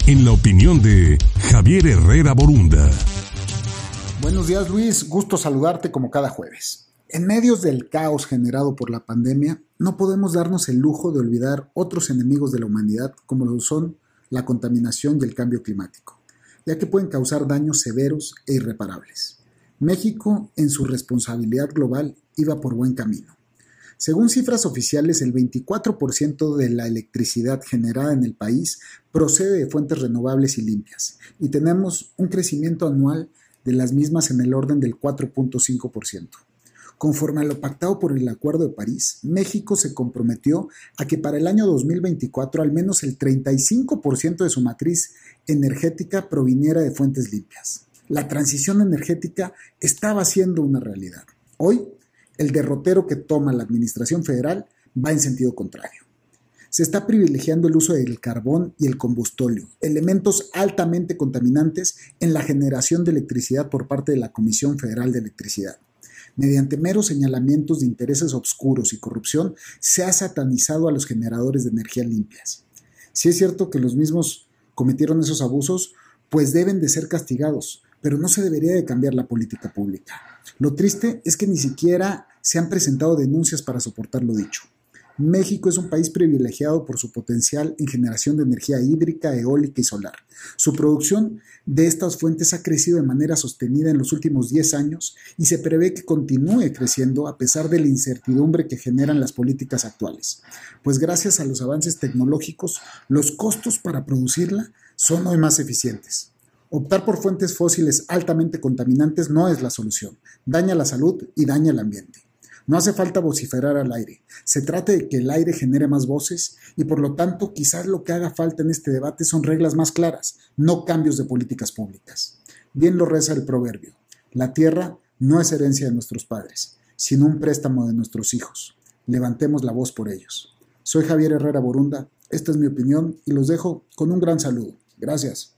en la opinión de Javier Herrera Borunda. Buenos días, Luis, gusto saludarte como cada jueves. En medio del caos generado por la pandemia, no podemos darnos el lujo de olvidar otros enemigos de la humanidad como lo son la contaminación y el cambio climático, ya que pueden causar daños severos e irreparables. México, en su responsabilidad global, iba por buen camino. Según cifras oficiales, el 24% de la electricidad generada en el país procede de fuentes renovables y limpias, y tenemos un crecimiento anual de las mismas en el orden del 4.5%. Conforme a lo pactado por el Acuerdo de París, México se comprometió a que para el año 2024 al menos el 35% de su matriz energética proviniera de fuentes limpias. La transición energética estaba siendo una realidad. Hoy, el derrotero que toma la administración federal va en sentido contrario. Se está privilegiando el uso del carbón y el combustóleo, elementos altamente contaminantes en la generación de electricidad por parte de la Comisión Federal de Electricidad. Mediante meros señalamientos de intereses oscuros y corrupción, se ha satanizado a los generadores de energía limpias. Si es cierto que los mismos cometieron esos abusos, pues deben de ser castigados, pero no se debería de cambiar la política pública. Lo triste es que ni siquiera se han presentado denuncias para soportar lo dicho. México es un país privilegiado por su potencial en generación de energía hídrica, eólica y solar. Su producción de estas fuentes ha crecido de manera sostenida en los últimos 10 años y se prevé que continúe creciendo a pesar de la incertidumbre que generan las políticas actuales. Pues gracias a los avances tecnológicos, los costos para producirla son hoy más eficientes. Optar por fuentes fósiles altamente contaminantes no es la solución. Daña la salud y daña el ambiente. No hace falta vociferar al aire. Se trata de que el aire genere más voces y por lo tanto quizás lo que haga falta en este debate son reglas más claras, no cambios de políticas públicas. Bien lo reza el proverbio. La tierra no es herencia de nuestros padres, sino un préstamo de nuestros hijos. Levantemos la voz por ellos. Soy Javier Herrera Borunda, esta es mi opinión y los dejo con un gran saludo. Gracias.